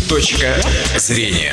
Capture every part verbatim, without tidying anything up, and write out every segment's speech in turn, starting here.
Точка зрения.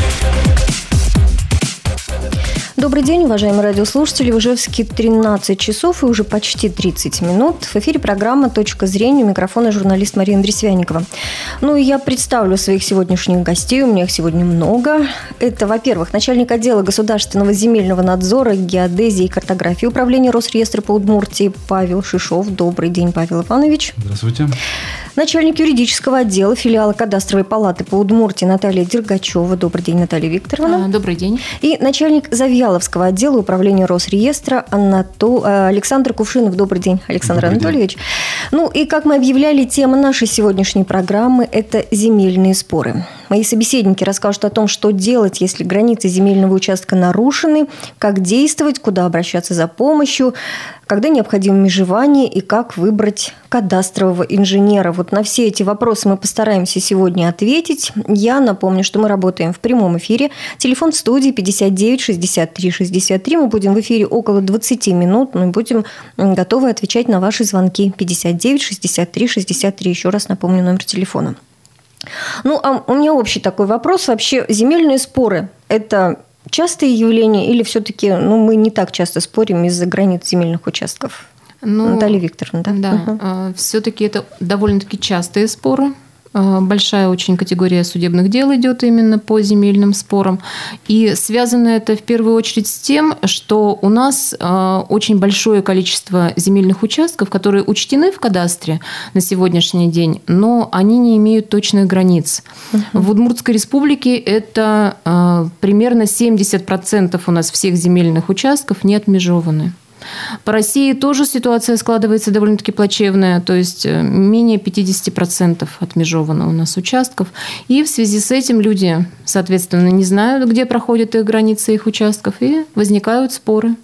Добрый день, уважаемые радиослушатели. В Ижевске тринадцать часов и уже почти тридцать минут. В эфире программа «Точка зрения». У микрофона журналист Мария Андресвяникова. Ну и я представлю своих сегодняшних гостей. У меня их сегодня много. Это, во-первых, начальник отдела государственного земельного надзора, геодезии и картографии Управления Росреестра по Удмуртии Павел Шишов. Добрый день, Павел Иванович. Здравствуйте. Начальник юридического отдела филиала кадастровой палаты по Удмуртии Наталья Дергачева. Добрый день, Наталья Викторовна. Добрый день. И начальник Завьяловского отдела Управления Росреестра Анато... Александр Кувшинов. Добрый день, Александр Добрый Анатольевич. День. Ну и, как мы объявляли, тема нашей сегодняшней программы – это земельные споры. Мои собеседники расскажут о том, что делать, если границы земельного участка нарушены, как действовать, куда обращаться за помощью, когда необходимо межевание и как выбрать кадастрового инженера. Вот на все эти вопросы мы постараемся сегодня ответить. Я напомню, что мы работаем в прямом эфире. Телефон в студии пятьдесят девять шестьдесят три шестьдесят три. Мы будем в эфире около двадцать минут, но будем готовы отвечать на ваши звонки. пятьдесят девять шестьдесят три шестьдесят три. Еще раз напомню номер телефона. Ну, а у меня общий такой вопрос. Вообще, земельные споры – это частое явление или все-таки ну, мы не так часто спорим из-за границ земельных участков? Ну, Наталья Викторовна, да? Да, угу. Все-таки это довольно-таки частые споры. Большая очень категория судебных дел идет именно по земельным спорам. И связано это в первую очередь с тем, что у нас очень большое количество земельных участков, которые учтены в кадастре на сегодняшний день, но они не имеют точных границ. Uh-huh. В Удмуртской республике это примерно семьдесят процентов у нас всех земельных участков не отмежованы. По России тоже ситуация складывается довольно-таки плачевная, то есть менее пятьдесят процентов отмежовано у нас участков. И в связи с этим люди, соответственно, не знают, где проходят их границы их участков, и возникают споры.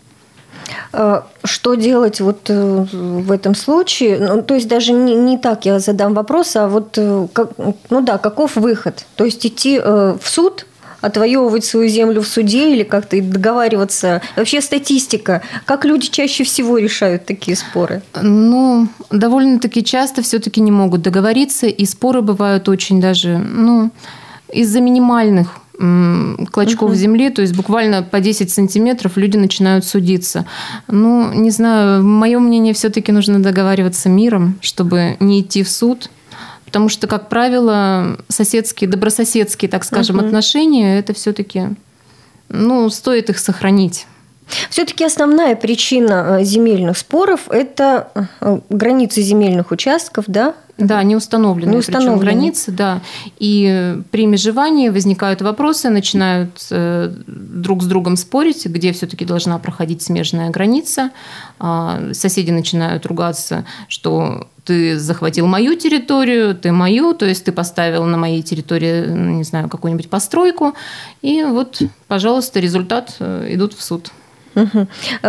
Что делать вот в этом случае? Ну, то есть даже не, не так я задам вопрос, а вот, как, ну да, каков выход? То есть идти в суд, отвоевывать свою землю в суде или как-то договариваться? Вообще статистика. Как люди чаще всего решают такие споры? Ну, довольно-таки часто все-таки не могут договориться, и споры бывают очень даже ну, из-за минимальных клочков uh-huh. земли, то есть буквально по десять сантиметров люди начинают судиться. Ну, не знаю, мое мнение, все-таки нужно договариваться миром, чтобы не идти в суд. Потому что, как правило, соседские, добрососедские, так скажем, uh-huh. отношения, это все-таки, ну, стоит их сохранить. Все-таки основная причина земельных споров – это границы земельных участков, да? Да, не установлены, не установлены. Причем границы, да. И при межевании возникают вопросы, начинают э, друг с другом спорить, где все-таки должна проходить смежная граница. Э, соседи начинают ругаться, что ты захватил мою территорию, ты мою, то есть ты поставил на моей территории, не знаю, какую-нибудь постройку. И вот, пожалуйста, результат э, идут в суд. Угу.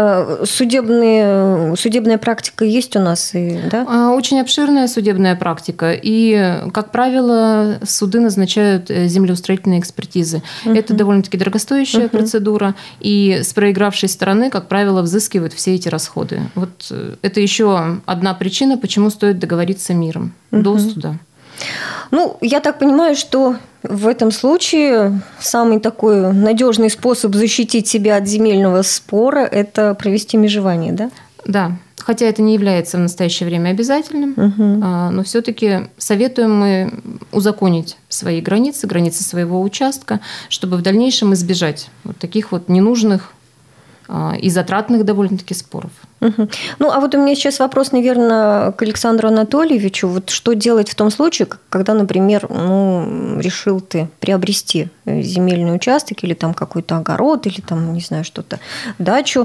Судебные, судебная практика есть у нас, да? Очень обширная судебная практика. И, как правило, суды назначают землеустроительные экспертизы. Угу. Это довольно-таки дорогостоящая угу. процедура. И с проигравшей стороны, как правило, взыскивают все эти расходы. Вот это еще одна причина, почему стоит договориться миром угу. до суда. Ну, я так понимаю, что в этом случае самый такой надежный способ защитить себя от земельного спора – это провести межевание, да? Да, хотя это не является в настоящее время обязательным, угу. но все-таки советуем мы узаконить свои границы, границы своего участка, чтобы в дальнейшем избежать вот таких вот ненужных и затратных довольно-таки споров. Угу. Ну, а вот у меня сейчас вопрос, наверное, к Александру Анатольевичу. Вот что делать в том случае, когда, например, ну, решил ты приобрести земельный участок или там какой-то огород, или там, не знаю, что-то, дачу.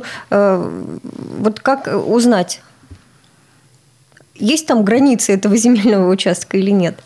Вот как узнать, есть там границы этого земельного участка или нет?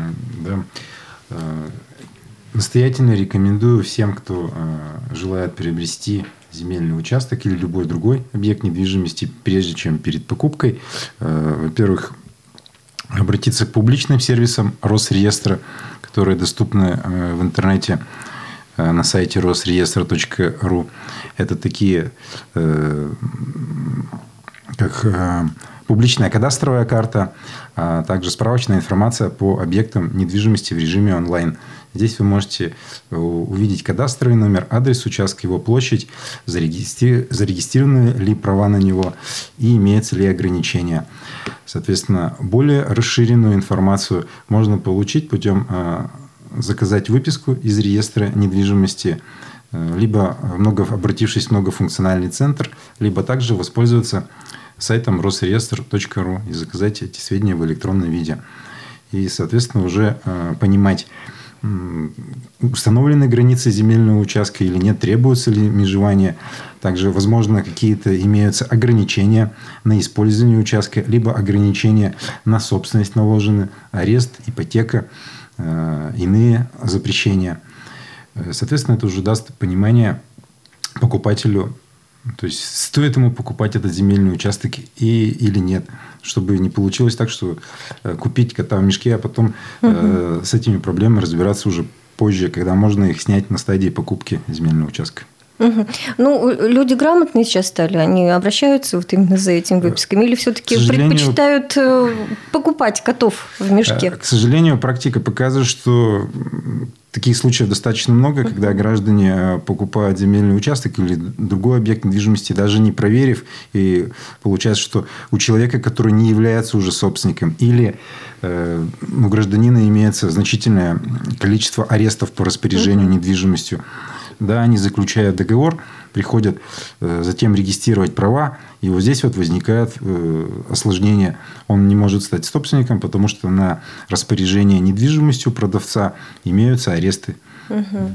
Да. Настоятельно рекомендую всем, кто желает приобрести земельный участок или любой другой объект недвижимости, прежде чем перед покупкой, во-первых, обратиться к публичным сервисам Росреестра, которые доступны в интернете на сайте росреестра точка ру. Это такие как публичная кадастровая карта, а также справочная информация по объектам недвижимости в режиме онлайн. Здесь вы можете увидеть кадастровый номер, адрес участка, его площадь, зарегистри... зарегистрированы ли права на него и имеются ли ограничения. Соответственно, более расширенную информацию можно получить путем заказать выписку из реестра недвижимости, либо много, обратившись в многофункциональный центр, либо также воспользоваться сайтом росреестр точка ру и заказать эти сведения в электронном виде. И, соответственно, уже понимать, установлены границы земельного участка или нет, требуется ли межевание. Также, возможно, какие-то имеются ограничения на использование участка, либо ограничения на собственность наложены, арест, ипотека, иные запрещения. Соответственно, это уже даст понимание покупателю, то есть стоит ему покупать этот земельный участок и, или нет, чтобы не получилось так, что купить кота в мешке, а потом угу. э, с этими проблемами разбираться уже позже, когда можно их снять на стадии покупки земельного участка. Угу. Ну, люди грамотные сейчас стали, они обращаются вот именно за этими выписками или все-таки предпочитают покупать котов в мешке? К сожалению, практика показывает, что таких случаев достаточно много, когда граждане покупают земельный участок или другой объект недвижимости, даже не проверив, и получается, что у человека, который не является уже собственником, или э, у гражданина имеется значительное количество арестов по распоряжению mm-hmm. недвижимостью, да, они заключают договор, приходят э, затем регистрировать права, и вот здесь вот возникает э, осложнение. Он не может стать собственником, потому что на распоряжение недвижимостью продавца имеются аресты. Угу.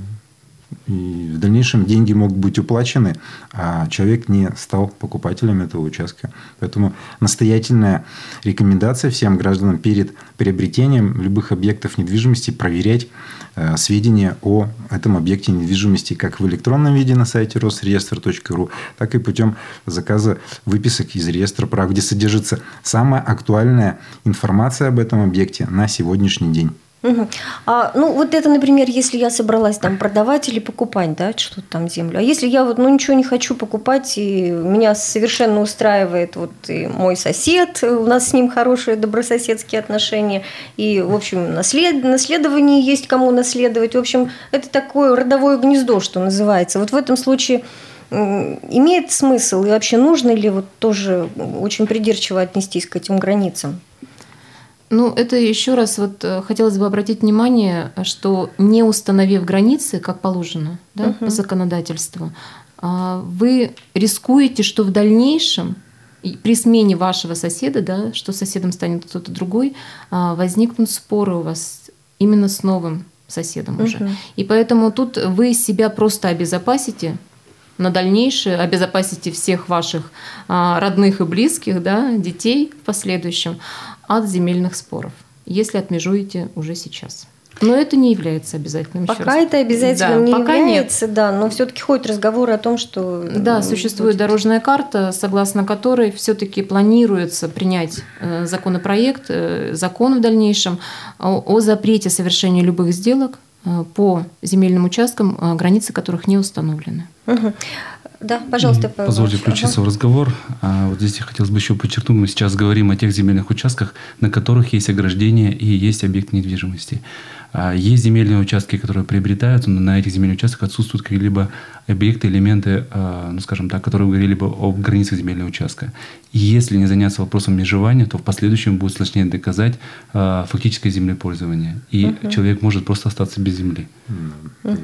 И в дальнейшем деньги могут быть уплачены, а человек не стал покупателем этого участка. Поэтому настоятельная рекомендация всем гражданам перед приобретением любых объектов недвижимости проверять э, сведения о этом объекте недвижимости как в электронном виде на сайте росреестр точка ру, так и путем заказа выписок из реестра прав, где содержится самая актуальная информация об этом объекте на сегодняшний день. Угу. А, ну, вот это, например, если я собралась там продавать или покупать, да, что-то там землю. А если я вот, ну, ничего не хочу покупать, и меня совершенно устраивает вот и мой сосед, у нас с ним хорошие добрососедские отношения, и, в общем, наслед... наследование есть кому наследовать. В общем, это такое родовое гнездо, что называется. Вот в этом случае имеет смысл и вообще нужно ли вот тоже очень придирчиво отнестись к этим границам? Ну, это еще раз вот хотелось бы обратить внимание, что не установив границы, как положено, да, uh-huh. по законодательству, вы рискуете, что в дальнейшем при смене вашего соседа, да, что соседом станет кто-то другой, возникнут споры у вас именно с новым соседом уже. Uh-huh. И поэтому тут вы себя просто обезопасите на дальнейшее, обезопасите всех ваших родных и близких, да, детей в последующем от земельных споров, если отмежуете уже сейчас. Но это не является обязательным. Пока это обязательно да, не пока является, нет. да, но все-таки ходят разговоры о том, что... Да, существует будет... дорожная карта, согласно которой все-таки планируется принять законопроект, закон в дальнейшем о, о запрете совершения любых сделок по земельным участкам, границы которых не установлены. Угу. Да, пожалуйста, Павел. Позвольте включиться ага. в разговор. А вот здесь я хотелось бы еще подчеркнуть, мы сейчас говорим о тех земельных участках, на которых есть ограждения и есть объект недвижимости. Есть земельные участки, которые приобретаются, но на этих земельных участках отсутствуют какие-либо объекты, элементы, ну, скажем так, которые говорили бы о границах земельного участка. И если не заняться вопросом межевания, то в последующем будет сложнее доказать фактическое землепользование. И угу. человек может просто остаться без земли. Угу.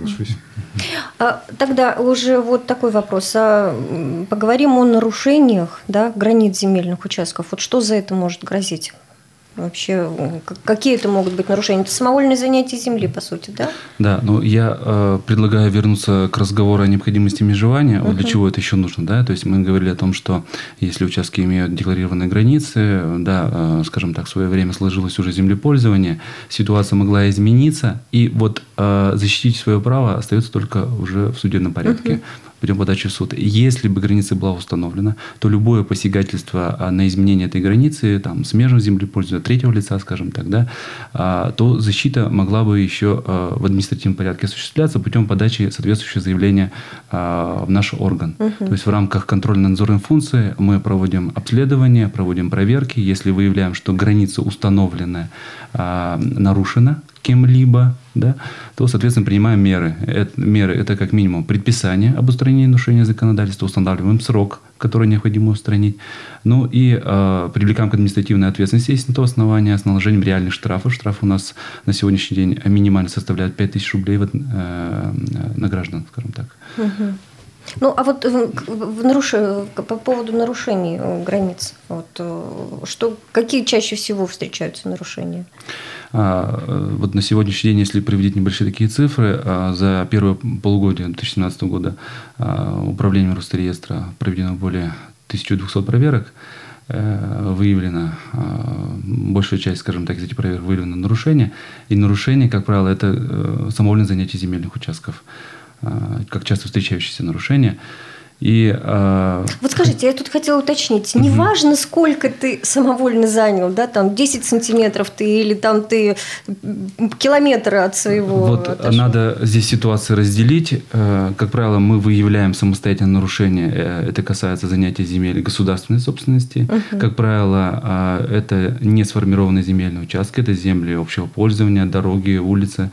А, тогда уже вот такой вопрос. А поговорим о нарушениях, да, границ земельных участков. Вот что за это может грозить? Вообще, какие это могут быть нарушения? Это самовольное занятие земли, по сути, да? Да, но я э, предлагаю вернуться к разговору о необходимости межевания. Uh-huh. Вот для чего это еще нужно, да? То есть мы говорили о том, что если участки имеют декларированные границы, да, э, скажем так, в свое время сложилось уже землепользование, ситуация могла измениться, и вот э, защитить свое право остается только уже в судебном порядке. Uh-huh. путем подачи в суд. Если бы граница была установлена, то любое посягательство на изменение этой границы, там, смежного землепользования третьего лица, скажем так, да, то защита могла бы еще в административном порядке осуществляться путем подачи соответствующего заявления в наш орган. Uh-huh. То есть в рамках контрольно-надзорной функции мы проводим обследование, проводим проверки. Если выявляем, что граница установленная нарушена кем-либо, да, то, соответственно, принимаем меры. Это, меры – это как минимум предписание об устранении нарушения законодательства, устанавливаем срок, который необходимо устранить, ну и э, привлекаем к административной ответственности, если на то основание, с наложением реальных штрафов. Штраф у нас на сегодняшний день минимально составляет пять тысяч рублей в, э, на граждан, скажем так. Угу. Ну, а вот в, в наруш... по поводу нарушений границ, вот, что, какие чаще всего встречаются нарушения? А, вот на сегодняшний день, если приводить небольшие такие цифры, а, за первое полугодие две тысячи семнадцатого года а, управлением Росреестра проведено более тысячи двухсот проверок, а, выявлено, а, большая часть, скажем так, из этих проверок выявлено нарушения. И нарушения, как правило, это а, самовольное занятие земельных участков, а, как часто встречающиеся нарушения. И, э... Вот скажите, я тут хотела уточнить, не угу. важно, сколько ты самовольно занял, да, там десять сантиметров ты или там ты километр от своего. Вот отошел. Надо здесь ситуации разделить. Как правило, мы выявляем самостоятельное нарушение. Это касается занятия земель государственной собственности. Угу. Как правило, это не сформированные земельные участки, это земли общего пользования, дороги, улицы.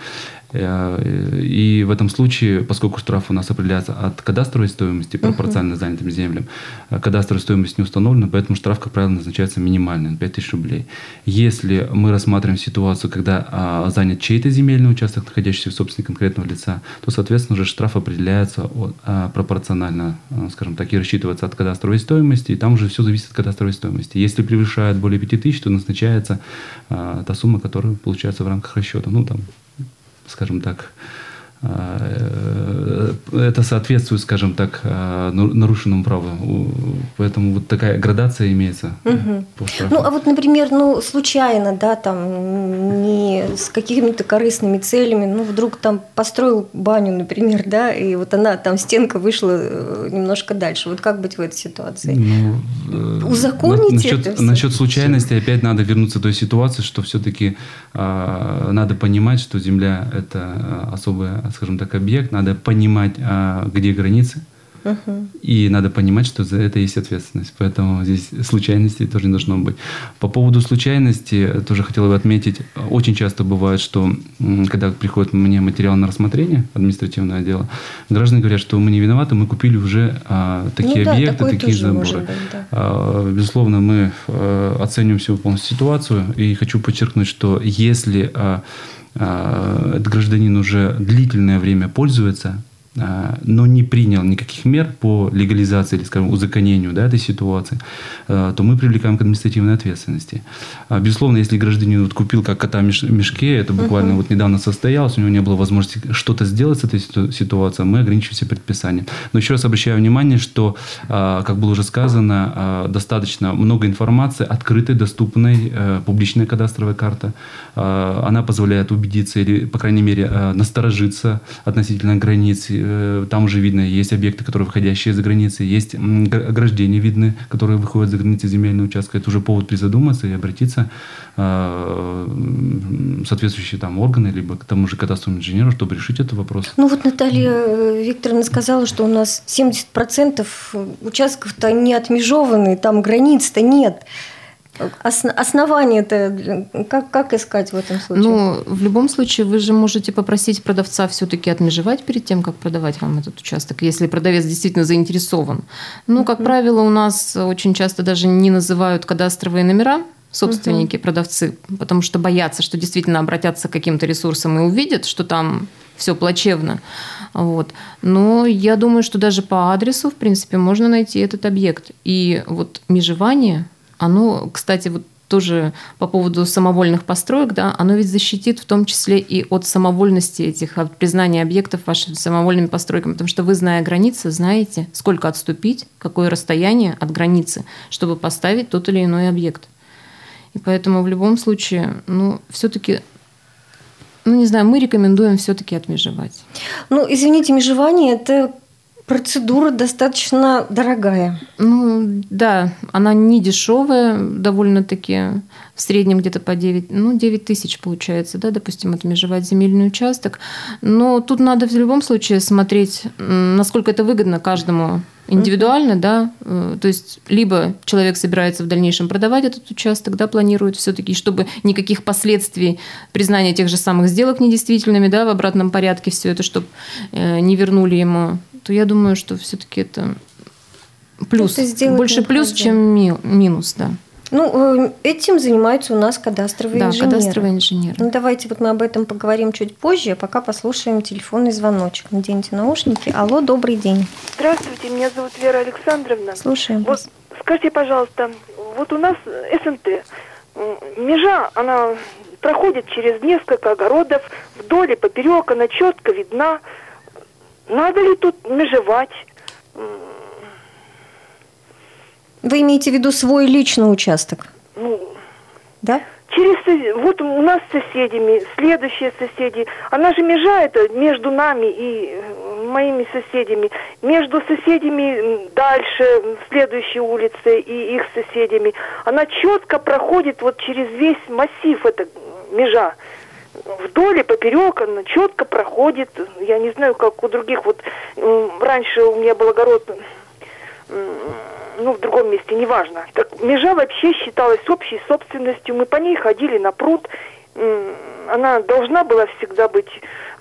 И в этом случае, поскольку штраф у нас определяется от кадастровой стоимости, пропорционально занятым землям, кадастровая стоимость не установлена, поэтому штраф, как правило, назначается минимальный, пять тысяч рублей. Если мы рассматриваем ситуацию, когда занят чей-то земельный участок, находящийся в собственности конкретного лица, то, соответственно, уже штраф определяется от, пропорционально, скажем так, и рассчитывается от кадастровой стоимости, и там уже все зависит от кадастровой стоимости. Если превышает более пяти тысяч, то назначается та сумма, которая получается в рамках расчета. Ну, там, скажем так, это соответствует, скажем так, нарушенному праву. Поэтому вот такая градация имеется. Угу. Ну, а вот, например, ну, случайно, да, там, не с какими-то корыстными целями, ну, вдруг там построил баню, например, да, и вот она, там, стенка вышла немножко дальше. Вот как быть в этой ситуации? Ну, узаконить насчет, это? Насчет случайности опять надо вернуться к той ситуации, что все-таки э, надо понимать, что земля – это особая, скажем так, объект, надо понимать, где границы, uh-huh. и надо понимать, что за это есть ответственность. Поэтому здесь случайностей тоже не должно быть. По поводу случайности тоже хотел бы отметить, очень часто бывает, что когда приходит мне материал на рассмотрение административного отдела, граждане говорят, что мы не виноваты, мы купили уже а, такие ну, объекты, да, такие заборы. Быть, да. а, безусловно, мы а, оцениваем всю полностью ситуацию, и хочу подчеркнуть, что если а, этот гражданин уже длительное время пользуется, но не принял никаких мер по легализации или, скажем, узаконению, да, этой ситуации, то мы привлекаем к административной ответственности. Безусловно, если гражданин вот купил как кота в мешке, это буквально uh-huh. вот недавно состоялось, у него не было возможности что-то сделать с этой ситуацией, мы ограничиваемся предписанием. Но еще раз обращаю внимание, что, как было уже сказано, достаточно много информации, открытой, доступной, публичная кадастровая карта. Она позволяет убедиться или, по крайней мере, насторожиться относительно границ. Там уже видно, есть объекты, которые выходящие за границы, есть ограждения видны, которые выходят за границы земельного участка. Это уже повод призадуматься и обратиться э, в соответствующие там органы, либо к тому же кадастровому инженеру, чтобы решить этот вопрос. Ну вот Наталья Викторовна сказала, что у нас семьдесят процентов участков-то не отмежованы, там границ-то нет. Основание-то как, как искать в этом случае? Ну, в любом случае, вы же можете попросить продавца все-таки отмежевать перед тем, как продавать вам этот участок, если продавец действительно заинтересован. Ну, как mm-hmm. правило, у нас очень часто даже не называют кадастровые номера собственники, mm-hmm. продавцы, потому что боятся, что действительно обратятся к каким-то ресурсам и увидят, что там все плачевно. Вот. Но я думаю, что даже по адресу, в принципе, можно найти этот объект. И вот межевание... Оно, кстати, вот тоже по поводу самовольных построек, да, оно ведь защитит в том числе и от самовольности этих, от признания объектов вашими самовольными постройками, потому что вы, зная границы, знаете, сколько отступить, какое расстояние от границы, чтобы поставить тот или иной объект. И поэтому в любом случае, ну, все-таки, ну, не знаю, мы рекомендуем все-таки отмежевать. Ну, извините, межевание – это процедура достаточно дорогая. Ну, да, она не дешевая, довольно-таки в среднем где-то по девять, ну, девять тысяч получается, да, допустим, отмежевать земельный участок. Но тут надо в любом случае смотреть, насколько это выгодно каждому индивидуально, mm-hmm. да, то есть либо человек собирается в дальнейшем продавать этот участок, да, планирует все-таки, чтобы никаких последствий признания тех же самых сделок недействительными, да, в обратном порядке все это, чтобы не вернули ему, то я думаю, что все-таки это плюс, это больше плюс, чем ми- минус, да. Ну, этим занимаются у нас кадастровые да, инженеры. кадастровые инженеры. Ну, давайте вот мы об этом поговорим чуть позже, а пока послушаем телефонный звоночек. Наденьте наушники. Алло, добрый день. Здравствуйте, меня зовут Вера Александровна. Слушаем вот, вас. Скажите, пожалуйста, вот у нас СНТ, межа, она проходит через несколько огородов, вдоль и поперек, она четко видна. Надо ли тут межевать? Вы имеете в виду свой личный участок? Ну, да? Через, вот у нас с соседями, следующие соседи, она же межа это между нами и моими соседями, между соседями дальше, в следующей улице и их соседями. Она четко проходит вот через весь массив, эта межа. Вдоль и поперек она четко проходит. Я не знаю, как у других. Вот раньше у меня был огород, ну, в другом месте, неважно. Так, межа вообще считалась общей собственностью. Мы по ней ходили на пруд. Она должна была всегда быть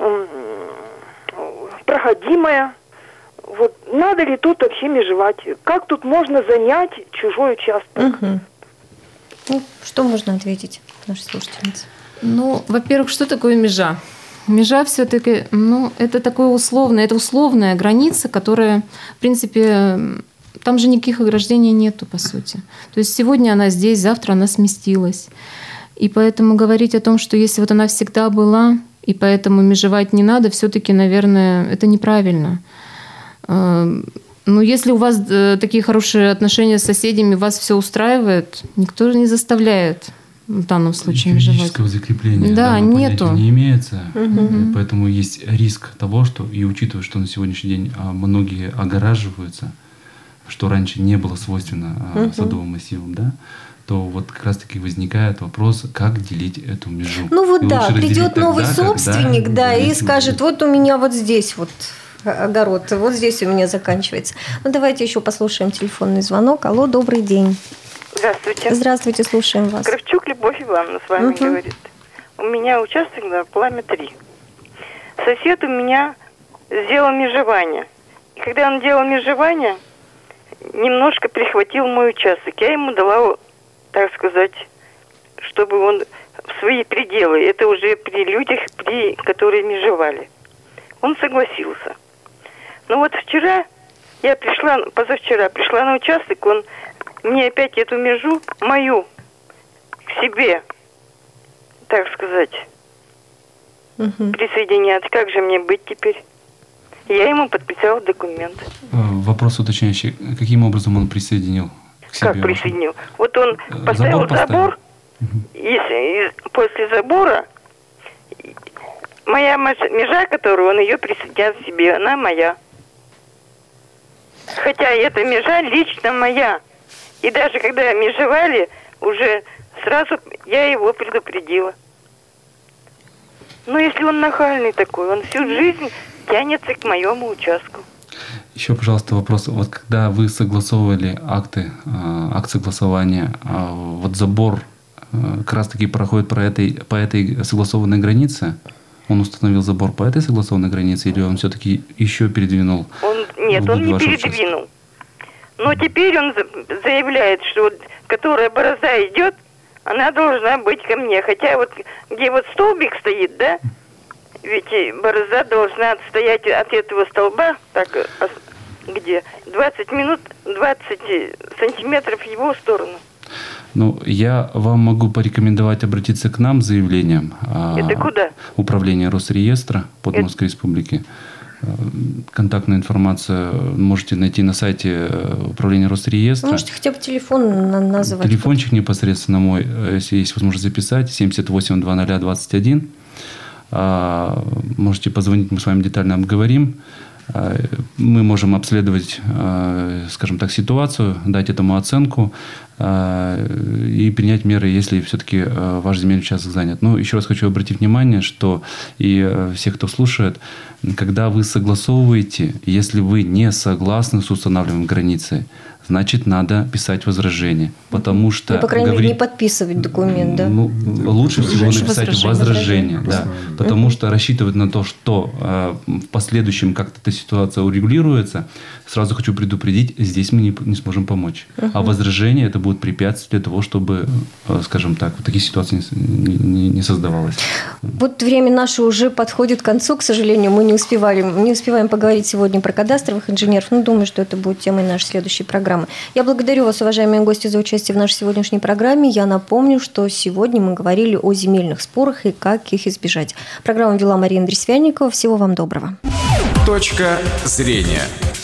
проходимая. Вот надо ли тут вообще межевать? Как тут можно занять чужой участок? Угу. Ну, что можно ответить нашей слушательнице? Ну, во-первых, что такое межа? Межа все-таки, ну, это такое условное, это условная граница, которая, в принципе, там же никаких ограждений нету, по сути. То есть сегодня она здесь, завтра она сместилась. И поэтому говорить о том, что если вот она всегда была, и поэтому межевать не надо, все-таки, наверное, это неправильно. Ну, если у вас такие хорошие отношения с соседями, вас все устраивает, никто же не заставляет в данном случае юридического межевать. закрепления да, нету. не имеется. Угу. Поэтому есть риск того, что, и учитывая, что на сегодняшний день многие огораживаются, что раньше не было свойственно угу. садовым массивам, да, то вот как раз-таки возникает вопрос, как делить эту межу. Ну вот и да, придет тогда, новый собственник, когда, да, и скажет, вот у меня вот здесь вот огород, вот здесь у меня заканчивается. Ну давайте еще послушаем телефонный звонок. Алло, добрый день. Здравствуйте. Здравствуйте, слушаем вас. Кравчук Любовь Ивановна с вами угу. говорит. У меня участок на Пламя три. Сосед у меня сделал межевание. И когда он делал межевание, немножко прихватил мой участок. Я ему дала, так сказать, чтобы он в свои пределы. Это уже при людях, при, которые межевали. Он согласился. Но вот вчера я пришла, позавчера пришла на участок, он мне опять эту межу, мою, к себе, так сказать, угу. присоединять. Как же мне быть теперь? Я ему подписала документ. Вопрос уточняющий. Каким образом он присоединил к себе? Как присоединил? Вот он поставил забор, поставил. забор угу. и, и после забора моя межа, которую он ее присоединял к себе, она моя. Хотя эта межа лично моя. И даже когда межевали, уже сразу я его предупредила. Но если он нахальный такой, он всю жизнь тянется к моему участку. Еще, пожалуйста, вопрос. Вот когда вы согласовывали акты, акт согласования, вот забор как раз-таки проходит по этой, по этой согласованной границе? Он установил забор по этой согласованной границе или он все-таки еще передвинул? Он, нет, он не передвинул. Участка? Но теперь он заявляет, что вот, которая борозда идет, она должна быть ко мне. Хотя вот где вот столбик стоит, да, ведь борозда должна отстоять от этого столба, так, где двадцать минут, двадцать сантиметров в его сторону. Ну, я вам могу порекомендовать обратиться к нам с заявлением. Это куда? Управление Росреестра Подмосковской Республики. Контактную информацию можете найти на сайте Управления Росреестра. Можете хотя бы телефон назвать. Телефончик непосредственно мой, если есть возможность записать, семьдесят восемь двадцать двадцать один. Можете позвонить, мы с вами детально обговорим. Мы можем обследовать, скажем так, ситуацию, дать этому оценку и принять меры, если все-таки ваш земельный участок занят. Но еще раз хочу обратить внимание, что и все, кто слушает, когда вы согласовываете, если вы не согласны с устанавливаемой границей, значит, надо писать возражение. Потому что... Ну, по крайней говорить, мере, не подписывать документ, да? Ну, лучше всего написать возражение. возражение да, потому что рассчитывать на то, что э, в последующем как-то эта ситуация урегулируется, сразу хочу предупредить, здесь мы не, не сможем помочь. Uh-huh. А возражение это будет препятствие для того, чтобы, э, скажем так, вот таких ситуаций не, не, не создавалось. Вот время наше уже подходит к концу, к сожалению, мы не успевали, не успеваем поговорить сегодня про кадастровых инженеров, но думаю, что это будет темой нашей следующей программы. Я благодарю вас, уважаемые гости, за участие в нашей сегодняшней программе. Я напомню, что сегодня мы говорили о земельных спорах и как их избежать. Программу вела Мария Андресвянникова. Всего вам доброго. Точка зрения.